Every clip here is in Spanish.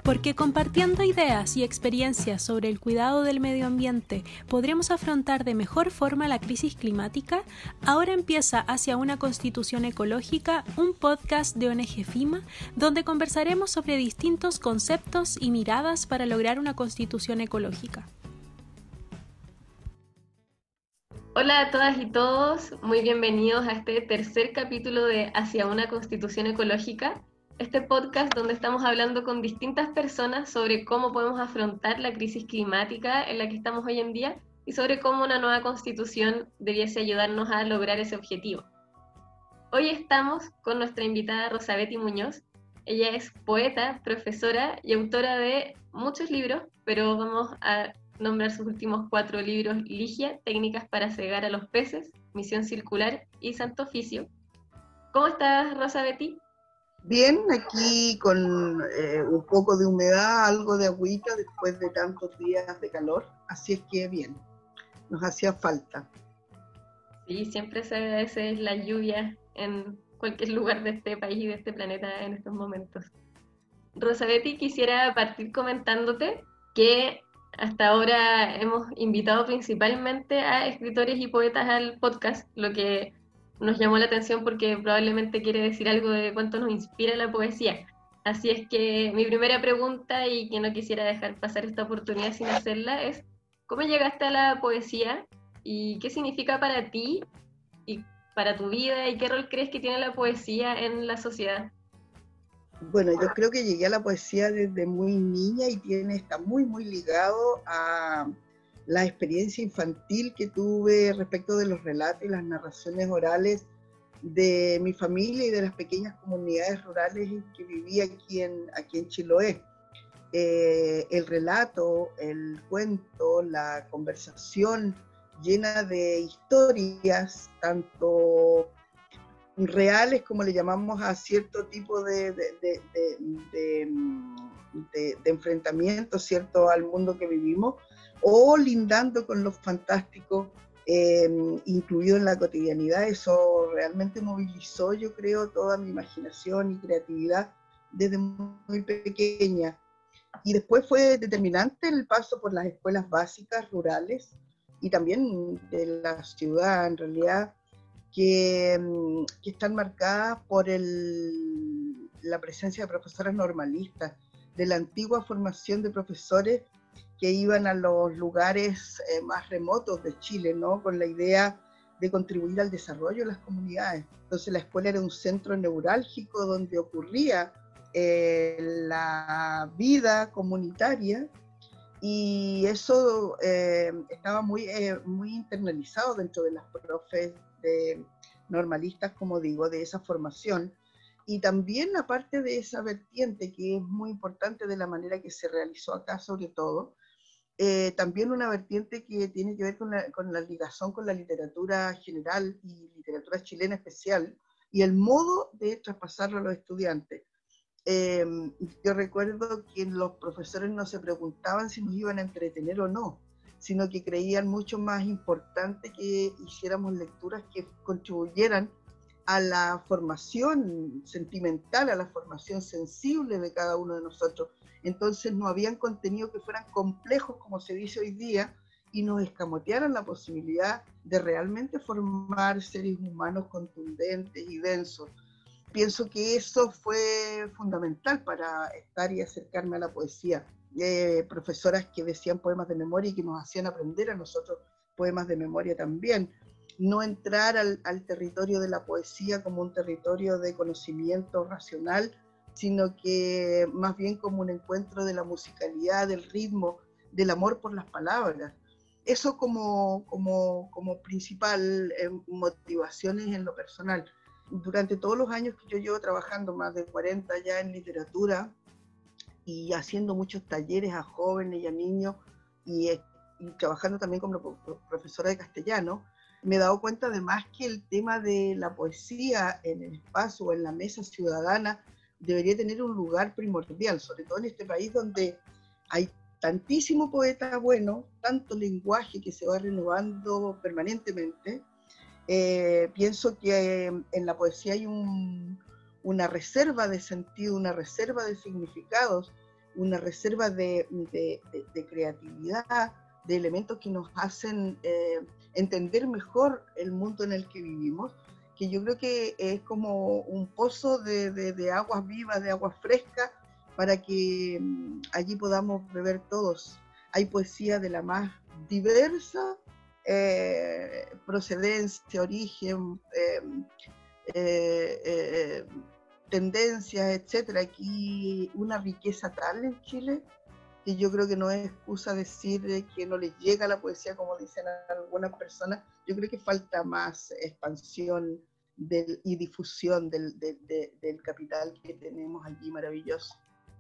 Porque compartiendo ideas y experiencias sobre el cuidado del medio ambiente podremos afrontar de mejor forma la crisis climática, ahora empieza Hacia una Constitución Ecológica, un podcast de ONG FIMA, donde conversaremos sobre distintos conceptos y miradas para lograr una constitución ecológica. Hola a todas y todos, muy bienvenidos a este tercer capítulo de Hacia una Constitución Ecológica, este podcast donde estamos hablando con distintas personas sobre cómo podemos afrontar la crisis climática en la que estamos hoy en día y sobre cómo una nueva constitución debiese ayudarnos a lograr ese objetivo. Hoy estamos con nuestra invitada Rosabety Muñoz. Ella es poeta, profesora y autora de muchos libros, pero vamos a nombrar sus últimos 4 libros: Ligia, Técnicas para cegar a los peces, Misión Circular y Santo Oficio. ¿Cómo estás, Rosabety? Bien, aquí con un poco de humedad, algo de agüita después de tantos días de calor, así es que bien, nos hacía falta. Sí, siempre se agradece la lluvia en cualquier lugar de este país y de este planeta en estos momentos. Rosabety, quisiera partir comentándote que hasta ahora hemos invitado principalmente a escritores y poetas al podcast, lo que nos llamó la atención porque probablemente quiere decir algo de cuánto nos inspira la poesía. Así es que mi primera pregunta, y que no quisiera dejar pasar esta oportunidad sin hacerla, es ¿cómo llegaste a la poesía y qué significa para ti y para tu vida y qué rol crees que tiene la poesía en la sociedad? Bueno, yo creo que llegué a la poesía desde muy niña y está muy ligado a la experiencia infantil que tuve respecto de los relatos y las narraciones orales de mi familia y de las pequeñas comunidades rurales que vivía aquí en Chiloé. El relato, el cuento, la conversación llena de historias, tanto reales, como le llamamos a cierto tipo de enfrentamiento, ¿cierto?, al mundo que vivimos, o lindando con lo fantástico incluido en la cotidianidad. Eso realmente movilizó, yo creo, toda mi imaginación y creatividad desde muy pequeña. Y después fue determinante el paso por las escuelas básicas rurales y también de la ciudad, en realidad, que están marcadas por la presencia de profesoras normalistas, de la antigua formación de profesores que iban a los lugares más remotos de Chile, ¿no?, con la idea de contribuir al desarrollo de las comunidades. Entonces la escuela era un centro neurálgico donde ocurría la vida comunitaria, y eso estaba muy internalizado dentro de las profes normalistas, como digo, de esa formación. Y también, aparte de esa vertiente que es muy importante de la manera que se realizó acá sobre todo, también una vertiente que tiene que ver con la ligazón con la literatura general y literatura chilena especial, y el modo de traspasarlo a los estudiantes. Yo recuerdo que los profesores no se preguntaban si nos iban a entretener o no, sino que creían mucho más importante que hiciéramos lecturas que contribuyeran a la formación sentimental, a la formación sensible de cada uno de nosotros. Entonces no habían contenidos que fueran complejos, como se dice hoy día, y nos escamotearan la posibilidad de realmente formar seres humanos contundentes y densos. Pienso que eso fue fundamental para estar y acercarme a la poesía. Profesoras que decían poemas de memoria y que nos hacían aprender a nosotros poemas de memoria también. No entrar al territorio de la poesía como un territorio de conocimiento racional, sino que más bien como un encuentro de la musicalidad, del ritmo, del amor por las palabras. Eso como principal motivaciones en lo personal. Durante todos los años que yo llevo trabajando, más de 40 ya en literatura, y haciendo muchos talleres a jóvenes y a niños, y trabajando también como profesora de castellano, me he dado cuenta además que el tema de la poesía en el espacio o en la mesa ciudadana debería tener un lugar primordial, sobre todo en este país donde hay tantísimo poeta bueno, tanto lenguaje que se va renovando permanentemente. Pienso que en la poesía hay una reserva de sentido, una reserva de significados, una reserva de creatividad, de elementos que nos hacen entender mejor el mundo en el que vivimos, que yo creo que es como un pozo de aguas vivas, de aguas frescas, para que allí podamos beber todos. Hay poesía de la más diversa procedencia, origen, tendencias, etcétera. Aquí una riqueza tal en Chile que yo creo que no es excusa decir que no les llega la poesía, como dicen algunas personas. Yo creo que falta más expansión y difusión del capital que tenemos allí maravilloso.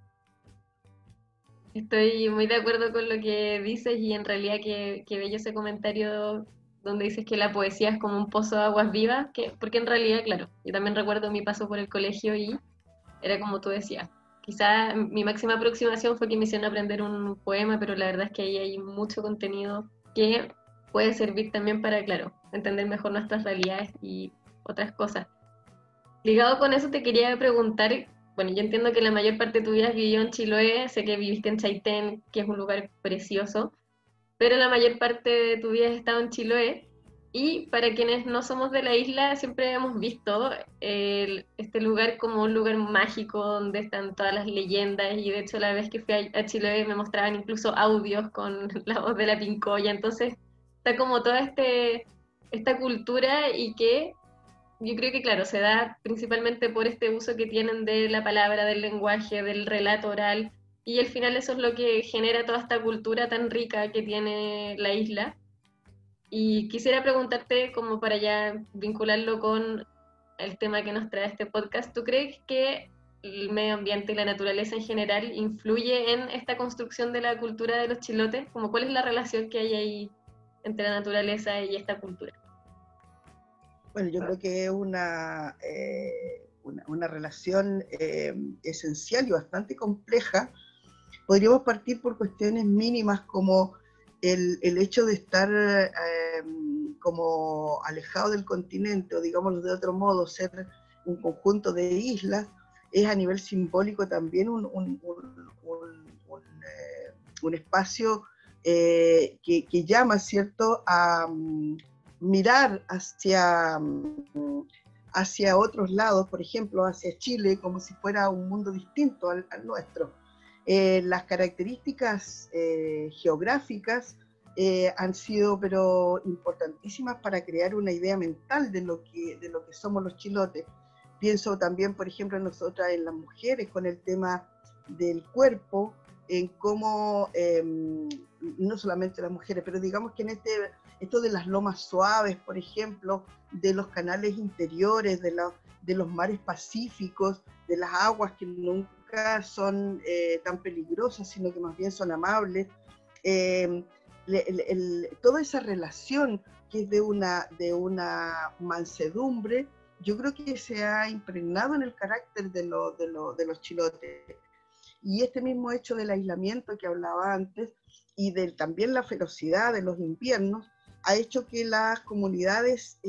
Estoy muy de acuerdo con lo que dices y en realidad que bello ese comentario donde dices que la poesía es como un pozo de aguas vivas, porque en realidad, claro, yo también recuerdo mi paso por el colegio y era como tú decías. Quizá mi máxima aproximación fue que me hicieron aprender un poema, pero la verdad es que ahí hay mucho contenido que puede servir también para, claro, entender mejor nuestras realidades y otras cosas. Ligado con eso te quería preguntar, bueno, yo entiendo que la mayor parte de tu vida has vivido en Chiloé, sé que viviste en Chaitén, que es un lugar precioso, pero la mayor parte de tu vida has estado en Chiloé. Y para quienes no somos de la isla, siempre hemos visto este lugar como un lugar mágico donde están todas las leyendas. Y de hecho, la vez que fui a Chiloé me mostraban incluso audios con la voz de la Pincoya. Entonces, está como toda esta cultura y que yo creo que, claro, se da principalmente por este uso que tienen de la palabra, del lenguaje, del relato oral. Y al final eso es lo que genera toda esta cultura tan rica que tiene la isla. Y quisiera preguntarte, como para ya vincularlo con el tema que nos trae este podcast, ¿tú crees que el medio ambiente y la naturaleza en general influye en esta construcción de la cultura de los chilotes? Como, ¿cuál es la relación que hay ahí entre la naturaleza y esta cultura? Bueno, yo creo que es una relación esencial y bastante compleja. Podríamos partir por cuestiones mínimas como el hecho de estar como alejado del continente, o digámoslo de otro modo, ser un conjunto de islas, es a nivel simbólico también un espacio que llama, ¿cierto?, a mirar hacia otros lados, por ejemplo, hacia Chile, como si fuera un mundo distinto al nuestro. Las características geográficas han sido pero importantísimas para crear una idea mental de lo que somos los chilotes. Pienso también, por ejemplo, nosotras en las mujeres con el tema del cuerpo, en cómo, no solamente las mujeres, pero digamos que en esto de las lomas suaves, por ejemplo, de los canales interiores, de los mares pacíficos, de las aguas que nunca son tan peligrosas, sino que más bien son amables, toda esa relación que es de una mansedumbre, yo creo que se ha impregnado en el carácter de los chilotes. Y este mismo hecho del aislamiento que hablaba antes, y también la ferocidad de los inviernos, ha hecho que las comunidades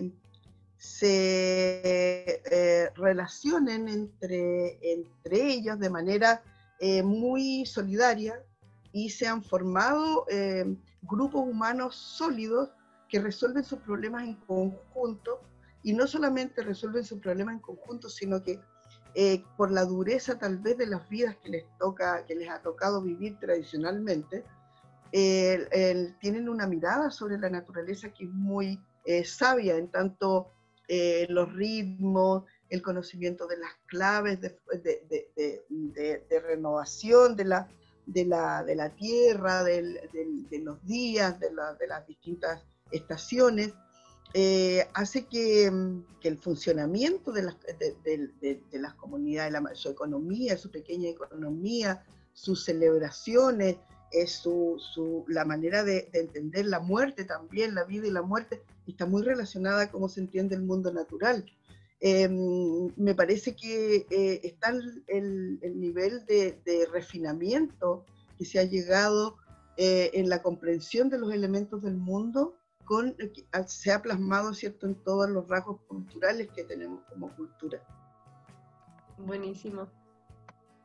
se relacionen entre ellas de manera muy solidaria, y se han formado grupos humanos sólidos que resuelven sus problemas en conjunto, y no solamente resuelven sus problemas en conjunto, sino que por la dureza tal vez de las vidas que les ha tocado vivir tradicionalmente, tienen una mirada sobre la naturaleza que es muy sabia, en tanto los ritmos, el conocimiento de las claves de renovación de la tierra, de los días, de las distintas estaciones, hace que el funcionamiento de las comunidades, su economía, su pequeña economía, sus celebraciones, la manera de entender la muerte también, la vida y la muerte, está muy relacionada a cómo se entiende el mundo natural. Me parece que está el nivel de refinamiento que se ha llegado en la comprensión de los elementos del mundo, se ha plasmado, ¿cierto?, en todos los rasgos culturales que tenemos como cultura. Buenísimo.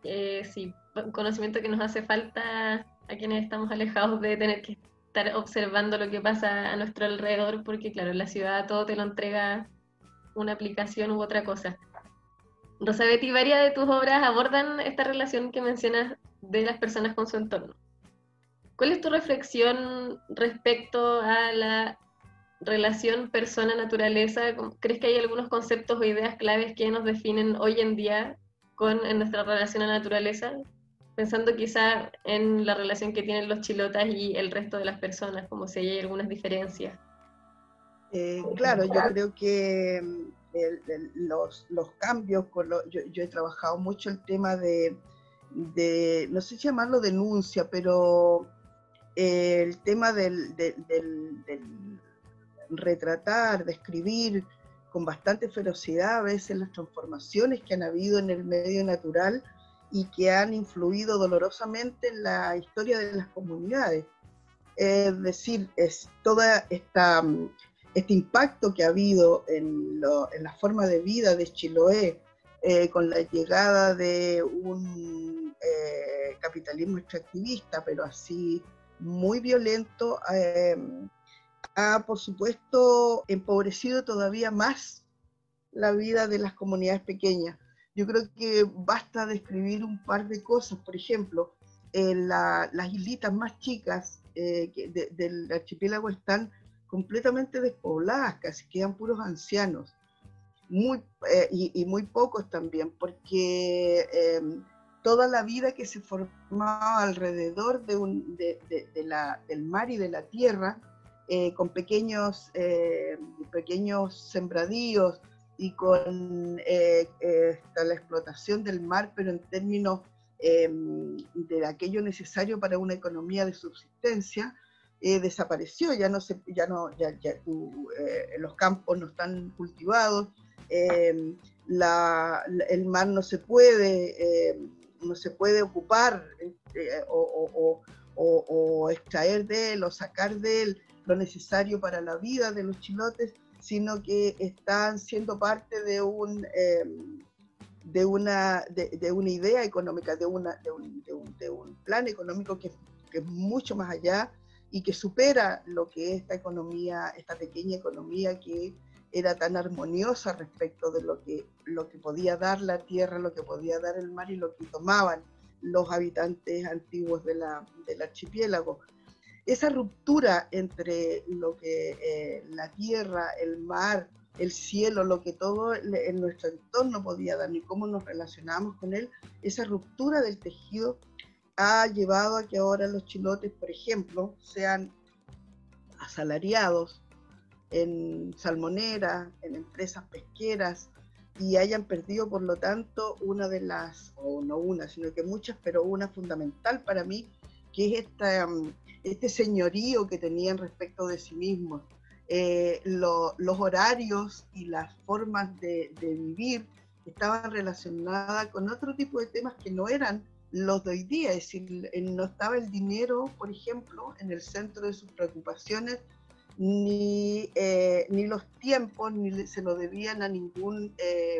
sí, un conocimiento que nos hace falta a quienes estamos alejados de tener que estar observando lo que pasa a nuestro alrededor, porque claro, en la ciudad todo te lo entrega una aplicación u otra cosa. Rosabeth, y varias de tus obras abordan esta relación que mencionas de las personas con su entorno. ¿Cuál es tu reflexión respecto a la relación persona-naturaleza? ¿Crees que hay algunos conceptos o ideas claves que nos definen hoy en día en nuestra relación a la naturaleza? Pensando quizá en la relación que tienen los chilotas y el resto de las personas, como si hay algunas diferencias. Claro, yo creo que los cambios, yo he trabajado mucho el tema de, no sé si llamarlo denuncia, pero el tema del retratar, describir con bastante ferocidad a veces las transformaciones que han habido en el medio natural y que han influido dolorosamente en la historia de las comunidades. Es decir, es toda este impacto que ha habido en la forma de vida de Chiloé, con la llegada de un capitalismo extractivista, pero así muy violento, ha por supuesto empobrecido todavía más la vida de las comunidades pequeñas. Yo creo que basta describir un par de cosas. Por ejemplo, las islitas más chicas del archipiélago están completamente despobladas, casi quedan puros ancianos, y muy pocos también, porque toda la vida que se formaba alrededor del mar y de la tierra, con pequeños sembradíos y con la explotación del mar, pero en términos de aquello necesario para una economía de subsistencia, desapareció. Los campos no están cultivados, el mar no se puede ocupar o extraer de él o sacar de él lo necesario para la vida de los chilotes, sino que están siendo parte de una idea económica, de un plan económico que es mucho más allá y que supera lo que es esta pequeña economía que era tan armoniosa respecto de lo que podía dar la tierra, lo que podía dar el mar y lo que tomaban los habitantes antiguos del archipiélago. Esa ruptura entre lo que la tierra, el mar, el cielo, lo que todo en nuestro entorno podía dar y cómo nos relacionamos con él, esa ruptura del tejido ha llevado a que ahora los chilotes, por ejemplo, sean asalariados en salmoneras, en empresas pesqueras, y hayan perdido, por lo tanto, sino que muchas, pero una fundamental para mí, que es este señorío que tenían respecto de sí mismos. Los horarios y las formas de vivir estaban relacionadas con otro tipo de temas que no eran los de hoy día, es decir, no estaba el dinero, por ejemplo, en el centro de sus preocupaciones, ni los tiempos, ni se lo debían a ningún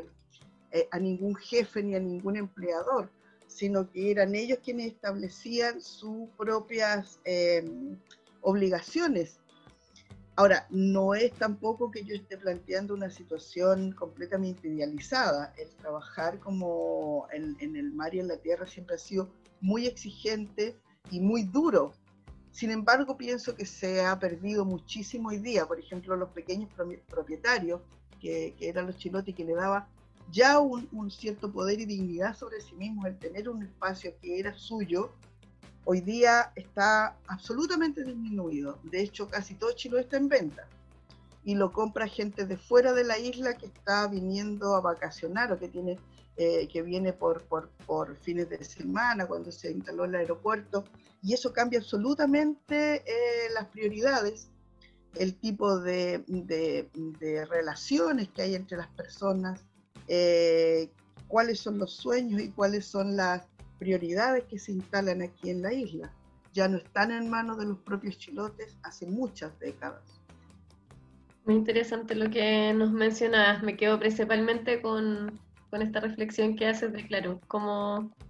jefe ni a ningún empleador, sino que eran ellos quienes establecían sus propias obligaciones. Ahora, no es tampoco que yo esté planteando una situación completamente idealizada. El trabajar como en el mar y en la tierra siempre ha sido muy exigente y muy duro. Sin embargo, pienso que se ha perdido muchísimo hoy día. Por ejemplo, los pequeños propietarios, que eran los chilotes, que le daba ya un cierto poder y dignidad sobre sí mismos, el tener un espacio que era suyo, hoy día está absolutamente disminuido. De hecho, casi todo Chiloé está en venta y lo compra gente de fuera de la isla que está viniendo a vacacionar o que viene por fines de semana, cuando se instaló el aeropuerto, y eso cambia absolutamente las prioridades, el tipo de relaciones que hay entre las personas, cuáles son los sueños y cuáles son las prioridades que se instalan aquí en la isla. Ya no están en manos de los propios chilotes hace muchas décadas. Muy interesante lo que nos mencionabas. Me quedo principalmente con esta reflexión que haces de, claro, cómo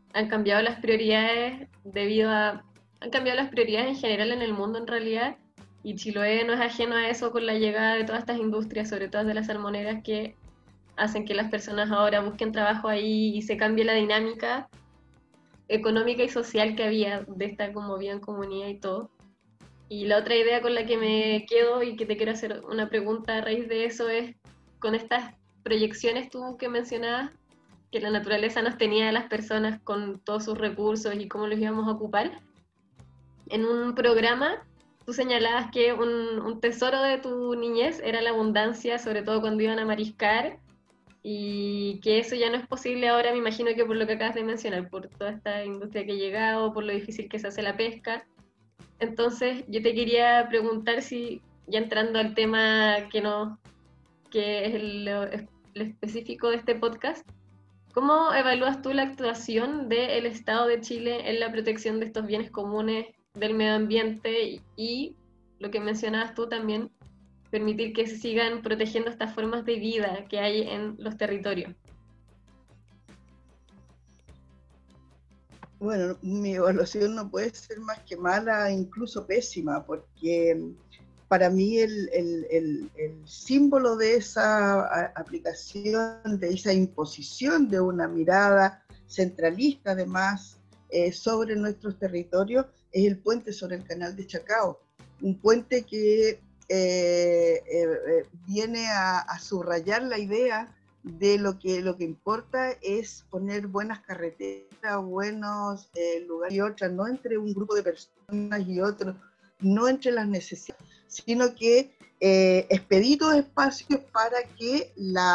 han cambiado las prioridades han cambiado las prioridades en general en el mundo en realidad, y Chiloé no es ajeno a eso con la llegada de todas estas industrias, sobre todo de las salmoneras, que hacen que las personas ahora busquen trabajo ahí y se cambie la dinámica económica y social que había de esta como vida en comunidad y todo. Y la otra idea con la que me quedo y que te quiero hacer una pregunta a raíz de eso es, con estas proyecciones tú que mencionabas, que la naturaleza nos tenía a las personas con todos sus recursos y cómo los íbamos a ocupar, en un programa tú señalabas que un tesoro de tu niñez era la abundancia, sobre todo cuando iban a mariscar, y que eso ya no es posible ahora, me imagino que por lo que acabas de mencionar, por toda esta industria que ha llegado, por lo difícil que se hace la pesca. Entonces, yo te quería preguntar si, ya entrando al tema que es lo específico de este podcast, ¿cómo evalúas tú la actuación del Estado de Chile en la protección de estos bienes comunes del medio ambiente y lo que mencionabas tú también, permitir que se sigan protegiendo estas formas de vida que hay en los territorios? Bueno, mi evaluación no puede ser más que mala, incluso pésima, porque para mí el símbolo de esa aplicación, de esa imposición de una mirada centralista además sobre nuestros territorios, es el puente sobre el canal de Chacao, un puente que viene a subrayar la idea de lo que importa es poner buenas carreteras, buenos lugares y otras, no entre un grupo de personas y otros, no entre las necesidades, sino que expeditos espacios para que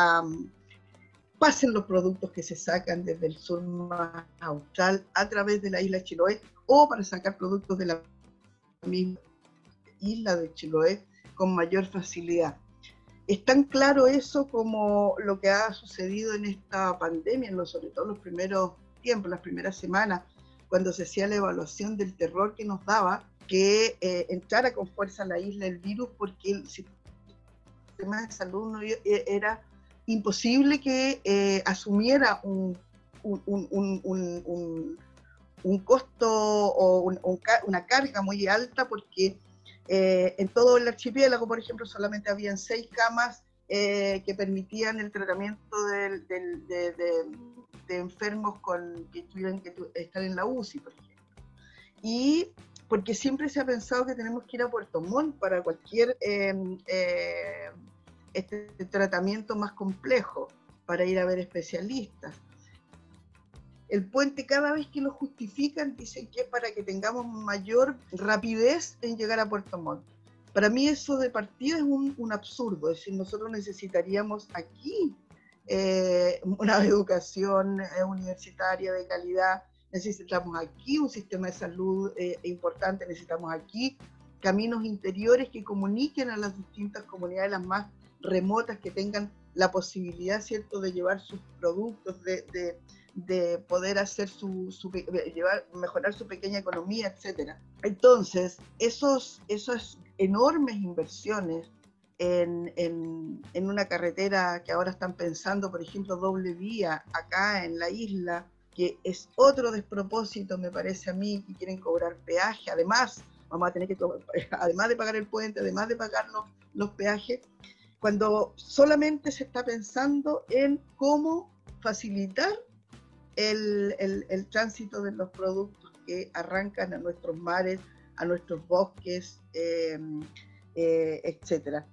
pasen los productos que se sacan desde el sur más austral a través de la isla de Chiloé, o para sacar productos de la misma isla de Chiloé con mayor facilidad. Es tan claro eso como lo que ha sucedido en esta pandemia, sobre todo en los primeros tiempos, las primeras semanas, cuando se hacía la evaluación del terror que nos daba que entrara con fuerza a la isla el virus, porque el sistema de salud no, era imposible que asumiera un costo o una carga muy alta, porque en todo el archipiélago, por ejemplo, solamente habían 6 camas que permitían el tratamiento de enfermos que tuvieran que estar en la UCI, por ejemplo. Y porque siempre se ha pensado que tenemos que ir a Puerto Montt para cualquier tratamiento más complejo, para ir a ver especialistas. El puente, cada vez que lo justifican, dicen que es para que tengamos mayor rapidez en llegar a Puerto Montt. Para mí eso de partida es un absurdo, es decir, nosotros necesitaríamos aquí una educación universitaria de calidad, necesitamos aquí un sistema de salud importante, necesitamos aquí caminos interiores que comuniquen a las distintas comunidades, las más remotas, que tengan la posibilidad, ¿cierto?, de llevar sus productos, de poder hacer mejorar su pequeña economía, etcétera. Entonces, esas enormes inversiones en una carretera que ahora están pensando, por ejemplo, doble vía acá en la isla, que es otro despropósito, me parece a mí, que quieren cobrar peaje. Además, vamos a tener que, además de pagar el puente, además de pagar los peajes, cuando solamente se está pensando en cómo facilitar el tránsito de los productos que arrancan a nuestros mares, a nuestros bosques, etcétera.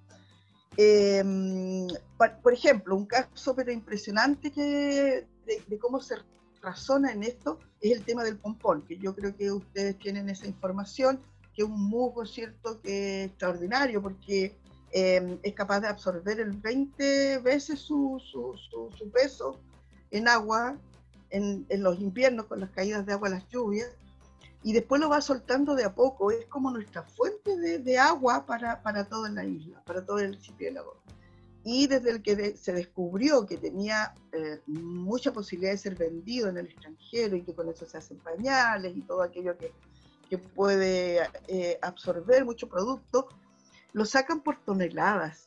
Por ejemplo, un caso pero impresionante de cómo se razona en esto es el tema del pompón, que yo creo que ustedes tienen esa información, que es un musgo, ¿cierto?, que es extraordinario, porque es capaz de absorber el 20 veces su peso en agua, en los inviernos, con las caídas de agua, las lluvias, y después lo va soltando de a poco. Es como nuestra fuente de agua para toda la isla, para todo el archipiélago. Y desde el que se descubrió que tenía mucha posibilidad de ser vendido en el extranjero, y que con eso se hacen pañales y todo aquello que puede absorber mucho producto, lo sacan por toneladas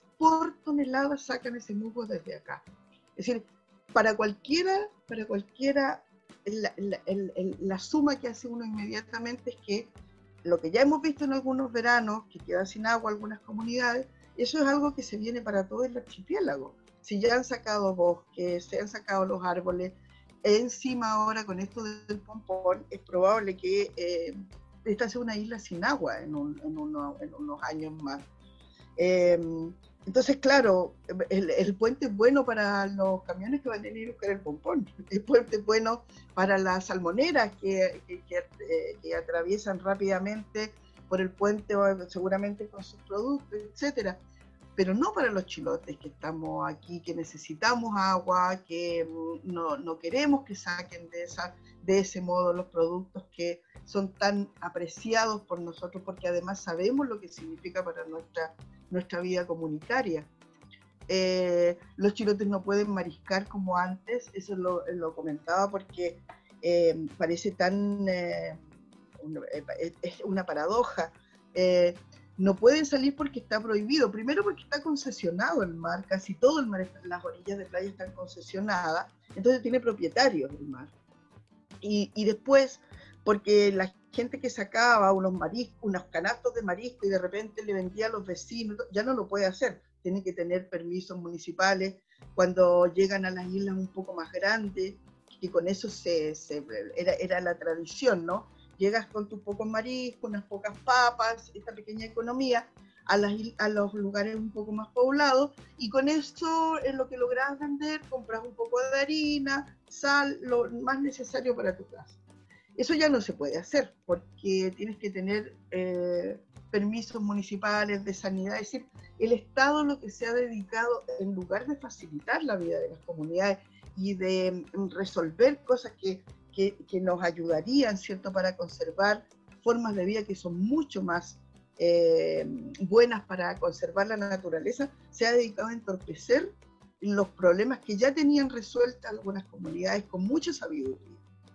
sacan ese musgo desde acá. Es decir, para cualquiera la suma que hace uno inmediatamente es que lo que ya hemos visto en algunos veranos, que queda sin agua algunas comunidades, eso es algo que se viene para todo el archipiélago. Si ya han sacado bosques, se han sacado los árboles, encima ahora con esto del Pompón, es probable que esta sea una isla sin agua en unos años más. Entonces, claro, el puente es bueno para los camiones que van a ir a buscar el Pompón. El puente es bueno para las salmoneras que atraviesan rápidamente por el puente, seguramente con sus productos, etcétera. Pero no para los chilotes que estamos aquí, que necesitamos agua, que no queremos que saquen de ese modo los productos que son tan apreciados por nosotros, porque además sabemos lo que significa para nuestra vida comunitaria. Los chilotes no pueden mariscar como antes, eso lo comentaba porque parece tan... es una paradoja. No pueden salir porque está prohibido. Primero porque está concesionado el mar, casi todo el mar, las orillas de playa están concesionadas, entonces tiene propietarios el mar. Y después porque la gente que sacaba unos canastos de marisco y de repente le vendía a los vecinos, ya no lo puede hacer, tiene que tener permisos municipales cuando llegan a las islas un poco más grandes, y con eso era la tradición, ¿no? Llegas con tus pocos mariscos, unas pocas papas, esta pequeña economía, a los lugares un poco más poblados, y con eso es lo que logras vender, compras un poco de harina, sal, lo más necesario para tu casa. Eso ya no se puede hacer, porque tienes que tener permisos municipales de sanidad, es decir, el Estado lo que se ha dedicado, en lugar de facilitar la vida de las comunidades y de resolver cosas que nos ayudarían, ¿cierto?, para conservar formas de vida que son mucho más buenas para conservar la naturaleza, se ha dedicado a entorpecer los problemas que ya tenían resueltas algunas comunidades con mucha sabiduría.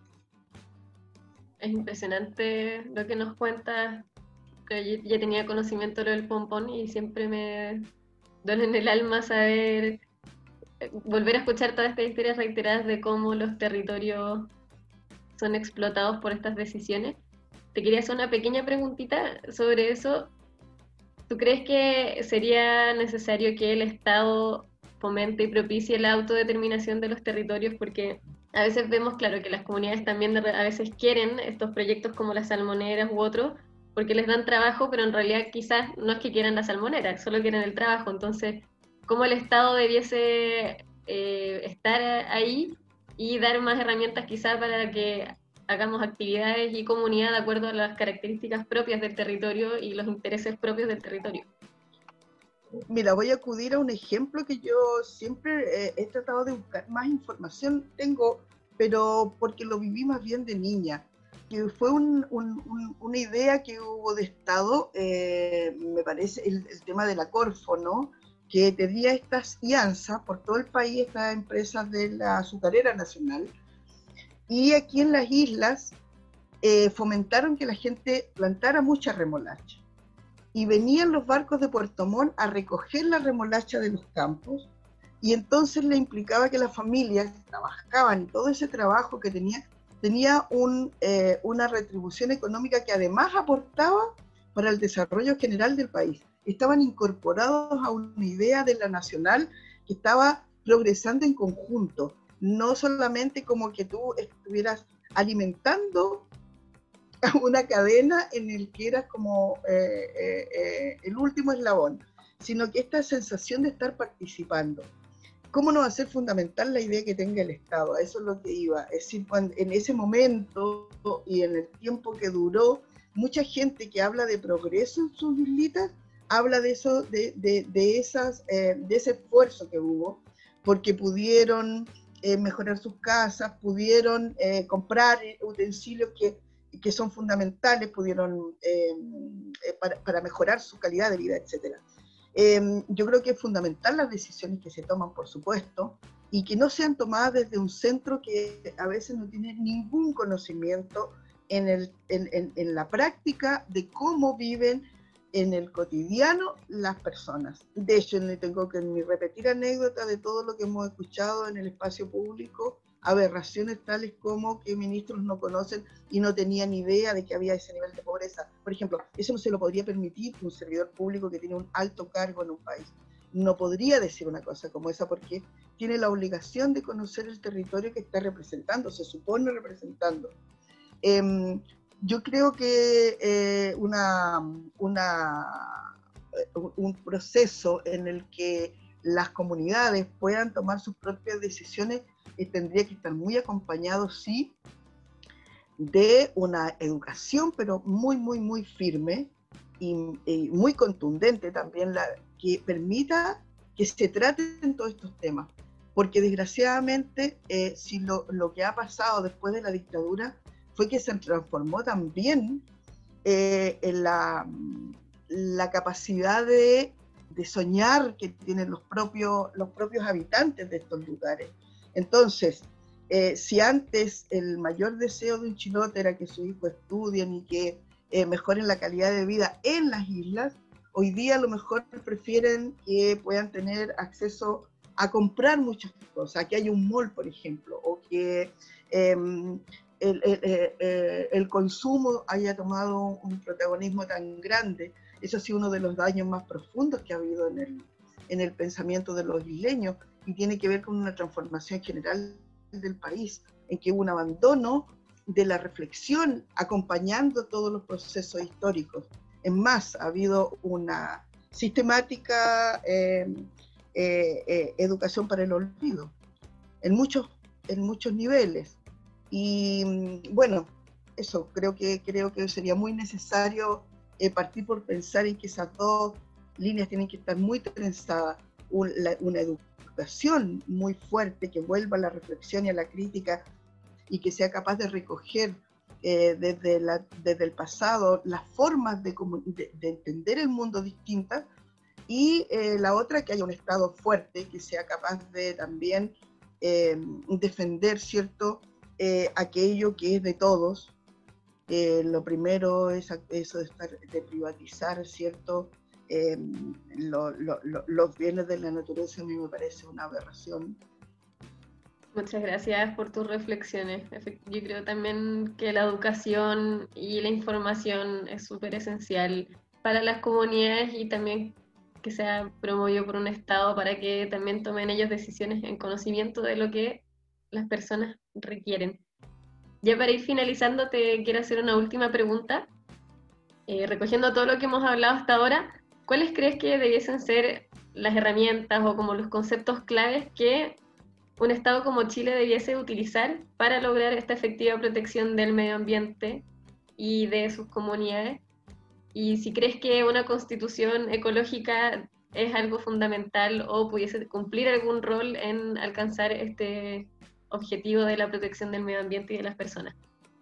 Es impresionante lo que nos cuentas, que yo ya tenía conocimiento de lo del Pompón y siempre me duele en el alma saber, volver a escuchar todas estas historias reiteradas de cómo los territorios son explotados por estas decisiones. Te quería hacer una pequeña preguntita sobre eso. ¿Tú crees que sería necesario que el Estado fomente y propicie la autodeterminación de los territorios? Porque a veces vemos, claro, que las comunidades también a veces quieren estos proyectos como las salmoneras u otros, porque les dan trabajo, pero en realidad quizás no es que quieran la salmonera, solo quieren el trabajo. Entonces, ¿cómo el Estado debiese estar ahí y dar más herramientas quizás para que hagamos actividades y comunidad de acuerdo a las características propias del territorio y los intereses propios del territorio? Mira, voy a acudir a un ejemplo que yo siempre he tratado de buscar más información, pero porque lo viví más bien de niña, que fue una idea que hubo de Estado, me parece, el tema de la Corfo, ¿no?, que tenía estas alianzas por todo el país, estas empresas de la azucarera nacional, y aquí en las islas fomentaron que la gente plantara mucha remolacha. Y venían los barcos de Puerto Montt a recoger la remolacha de los campos, y entonces le implicaba que las familias trabajaban, y todo ese trabajo que tenía una retribución económica que además aportaba para el desarrollo general del país. Estaban incorporados a una idea de la nacional que estaba progresando en conjunto, no solamente como que tú estuvieras alimentando una cadena en el que eras como el último eslabón, sino que esta sensación de estar participando. ¿Cómo no va a ser fundamental la idea que tenga el Estado? A eso es lo que iba. Es decir, en ese momento y en el tiempo que duró, mucha gente que habla de progreso en sus islitas, habla de eso, de ese esfuerzo que hubo, porque pudieron mejorar sus casas, pudieron comprar utensilios que son fundamentales, pudieron para mejorar su calidad de vida, etc. Yo creo que es fundamental las decisiones que se toman, por supuesto, y que no sean tomadas desde un centro que a veces no tiene ningún conocimiento en la práctica de cómo viven en el cotidiano las personas. De hecho, no tengo que ni repetir anécdotas de todo lo que hemos escuchado en el espacio público aberraciones tales como que ministros no conocen y no tenían idea de que había ese nivel de pobreza. Por ejemplo, eso no se lo podría permitir un servidor público que tiene un alto cargo en un país. No podría decir una cosa como esa porque tiene la obligación de conocer el territorio que está representando, se supone representando. Yo creo que un proceso en el que las comunidades puedan tomar sus propias decisiones tendría que estar muy acompañado, sí, de una educación, pero muy, muy, muy firme y muy contundente también, que permita que se traten todos estos temas. Porque desgraciadamente, si lo que ha pasado después de la dictadura fue que se transformó también en la capacidad de soñar que tienen los propios habitantes de estos lugares. Entonces, si antes el mayor deseo de un chilote era que sus hijos estudien y que mejoren la calidad de vida en las islas, hoy día a lo mejor prefieren que puedan tener acceso a comprar muchas cosas, que haya un mall, por ejemplo, o que el consumo haya tomado un protagonismo tan grande. Eso ha sido uno de los daños más profundos que ha habido en el pensamiento de los isleños, y tiene que ver con una transformación general del país, en que hubo un abandono de la reflexión acompañando todos los procesos históricos. Es más, ha habido una sistemática educación para el olvido, en muchos niveles. Y bueno, eso, creo que sería muy necesario partir por pensar en que esas dos líneas tienen que estar muy trenzadas. Una educación muy fuerte que vuelva a la reflexión y a la crítica y que sea capaz de recoger desde el pasado las formas de entender el mundo distintas, y la otra, que haya un Estado fuerte que sea capaz de también defender, ¿cierto?, aquello que es de todos. Lo primero es eso de privatizar, ¿cierto?, los bienes de la naturaleza. A mí me parece una aberración. Muchas gracias por tus reflexiones. Yo creo también que la educación y la información es súper esencial para las comunidades, y también que sea promovido por un Estado para que también tomen ellos decisiones en conocimiento de lo que las personas requieren. Ya para ir finalizando, te quiero hacer una última pregunta. Recogiendo todo lo que hemos hablado hasta ahora, ¿cuáles crees que debiesen ser las herramientas o como los conceptos claves que un Estado como Chile debiese utilizar para lograr esta efectiva protección del medio ambiente y de sus comunidades? Y si crees que una constitución ecológica es algo fundamental o pudiese cumplir algún rol en alcanzar este objetivo de la protección del medio ambiente y de las personas.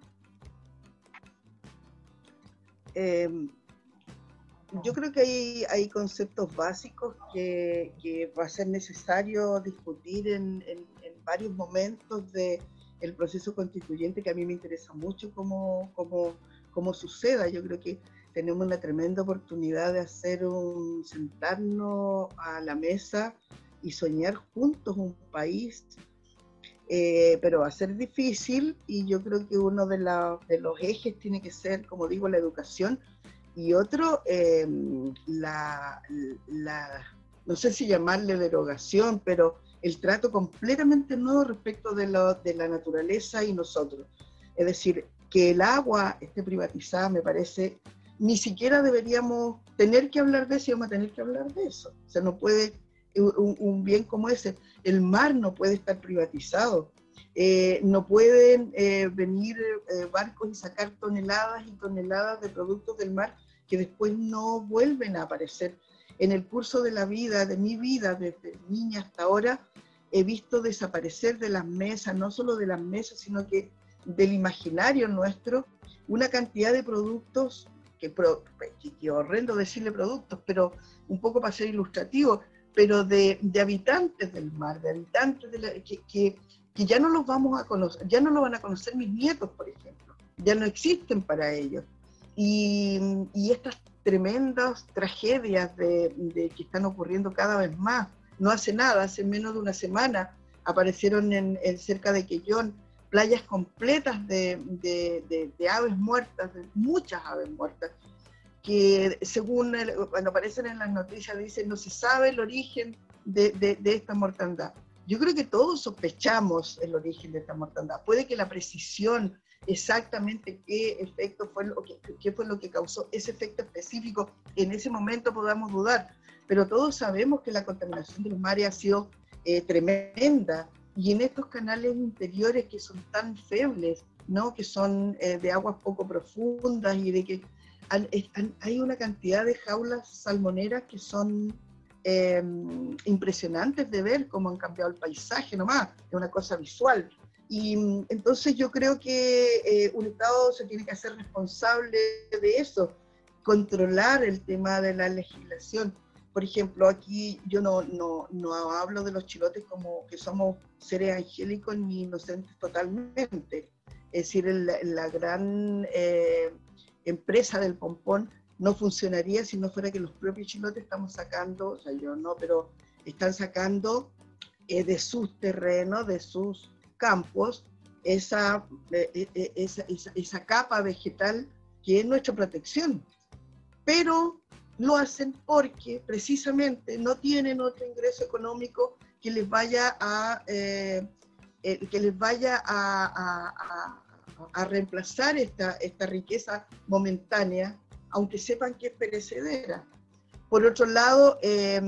Yo creo que hay conceptos básicos que va a ser necesario discutir en varios momentos del proceso constituyente, que a mí me interesa mucho cómo suceda. Yo creo que tenemos una tremenda oportunidad de sentarnos a la mesa y soñar juntos un país, pero va a ser difícil, y yo creo que uno de los ejes tiene que ser, como digo, la educación, y otro, no sé si llamarle derogación, pero el trato completamente nuevo respecto de la naturaleza y nosotros. Es decir, que el agua esté privatizada, me parece, ni siquiera deberíamos tener que hablar de eso, vamos a tener que hablar de eso. O sea, no puede, un bien como ese, el mar no puede estar privatizado. No pueden venir barcos y sacar toneladas y toneladas de productos del mar que después no vuelven a aparecer. En el curso de la vida, de mi vida, desde niña hasta ahora, he visto desaparecer de las mesas, no solo de las mesas, sino que del imaginario nuestro, una cantidad de productos, que horrendo decirle productos, pero un poco para ser ilustrativo, pero de habitantes del mar, de habitantes que ya no los vamos a conocer, ya no lo van a conocer mis nietos, por ejemplo, ya no existen para ellos. Y estas tremendas tragedias que están ocurriendo cada vez más. No hace nada, hace menos de una semana, aparecieron en cerca de Quellón, playas completas de aves muertas, de muchas aves muertas, que según cuando aparecen en las noticias dicen no se sabe el origen de esta mortandad. Yo creo que todos sospechamos el origen de esta mortandad. Puede que la precisión exactamente qué efecto fue qué fue lo que causó ese efecto específico en ese momento podamos dudar, pero todos sabemos que la contaminación de los mares ha sido tremenda, y en estos canales interiores que son tan febles, ¿no? Que son de aguas poco profundas, y de que hay una cantidad de jaulas salmoneras que son impresionantes de ver cómo han cambiado el paisaje nomás, es una cosa visual. Y entonces yo creo que un Estado se tiene que hacer responsable de eso, controlar el tema de la legislación. Por ejemplo, aquí yo no hablo de los chilotes como que somos seres angélicos ni inocentes totalmente. Es decir, la gran empresa del pompón no funcionaría si no fuera que los propios chilotes estamos sacando, o sea, yo no, pero están sacando de sus terrenos, de sus campos, esa capa vegetal que es nuestra protección. Pero lo hacen porque precisamente no tienen otro ingreso económico que les vaya a reemplazar esta riqueza momentánea, aunque sepan que es perecedera. Por otro lado,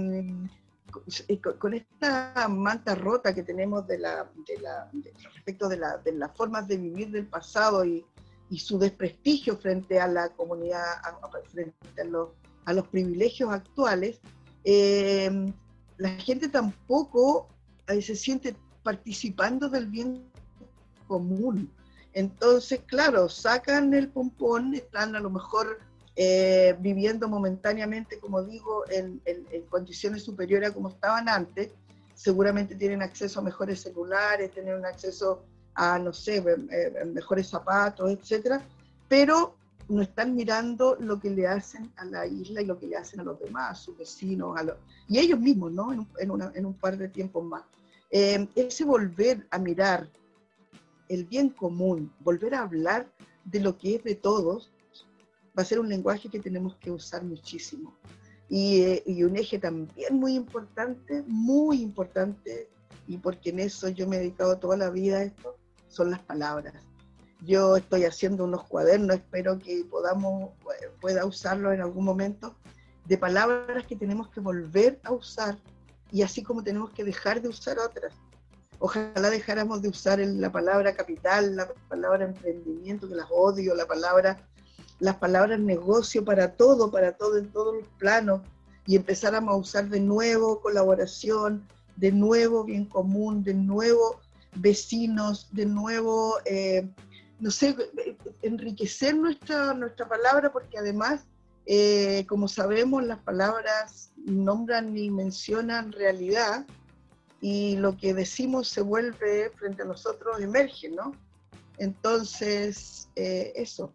con esta manta rota que tenemos respecto de las formas de vivir del pasado y su desprestigio frente a la comunidad, frente a los privilegios actuales, la gente tampoco se siente participando del bien común. Entonces, claro, sacan el pompón, están a lo mejor viviendo momentáneamente, como digo, en condiciones superiores a como estaban antes. Seguramente tienen acceso a mejores celulares, tienen acceso a, no sé, mejores zapatos, etcétera, pero no están mirando lo que le hacen a la isla y lo que le hacen a los demás, a sus vecinos, y ellos mismos, ¿no? En un par de tiempos más. Ese volver a mirar el bien común, volver a hablar de lo que es de todos, va a ser un lenguaje que tenemos que usar muchísimo. Y un eje también muy importante, y porque en eso yo me he dedicado toda la vida a esto, son las palabras. Yo estoy haciendo unos cuadernos, espero que pueda usarlos en algún momento, de palabras que tenemos que volver a usar, y así como tenemos que dejar de usar otras. Ojalá dejáramos de usar la palabra capital, la palabra emprendimiento, que las odio, las palabras negocio para todo en todos los planos, y empezáramos a usar de nuevo colaboración, de nuevo bien común, de nuevo vecinos, de nuevo, no sé, enriquecer nuestra palabra, porque además, como sabemos, las palabras nombran y mencionan realidad, y lo que decimos se vuelve frente a nosotros, emerge, ¿no? Entonces, eso.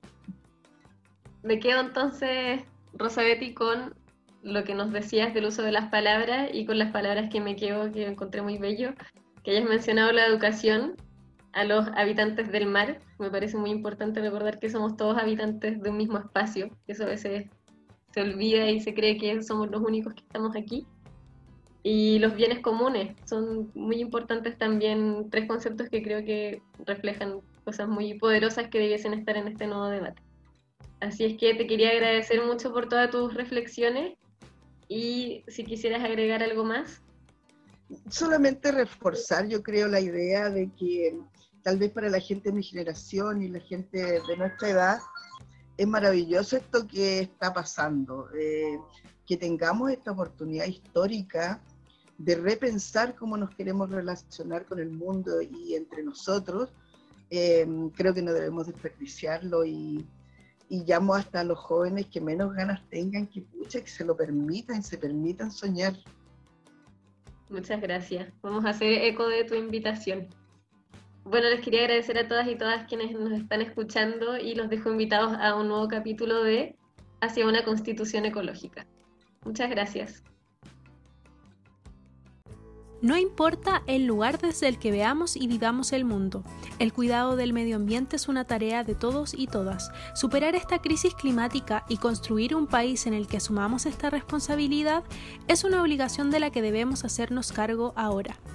Me quedo entonces, Rosa Betty, con lo que nos decías del uso de las palabras, y con las palabras que me quedo, que encontré muy bello, que hayas mencionado la educación a los habitantes del mar. Me parece muy importante recordar que somos todos habitantes de un mismo espacio, que eso a veces se olvida y se cree que somos los únicos que estamos aquí. Y los bienes comunes son muy importantes también, tres conceptos que creo que reflejan cosas muy poderosas que debiesen estar en este nuevo debate. Así es que te quería agradecer mucho por todas tus reflexiones, y si quisieras agregar algo más. Solamente reforzar, yo creo, la idea de que tal vez para la gente de mi generación y la gente de nuestra edad, es maravilloso esto que está pasando, que tengamos esta oportunidad histórica de repensar cómo nos queremos relacionar con el mundo y entre nosotros. Creo que no debemos desperdiciarlo, y llamo hasta a los jóvenes que menos ganas tengan, que se lo permitan, se permitan soñar. Muchas gracias. Vamos a hacer eco de tu invitación. Bueno, les quería agradecer a todas y todas quienes nos están escuchando, y los dejo invitados a un nuevo capítulo de Hacia una Constitución Ecológica. Muchas gracias. No importa el lugar desde el que veamos y vivamos el mundo, el cuidado del medio ambiente es una tarea de todos y todas. Superar esta crisis climática y construir un país en el que asumamos esta responsabilidad es una obligación de la que debemos hacernos cargo ahora.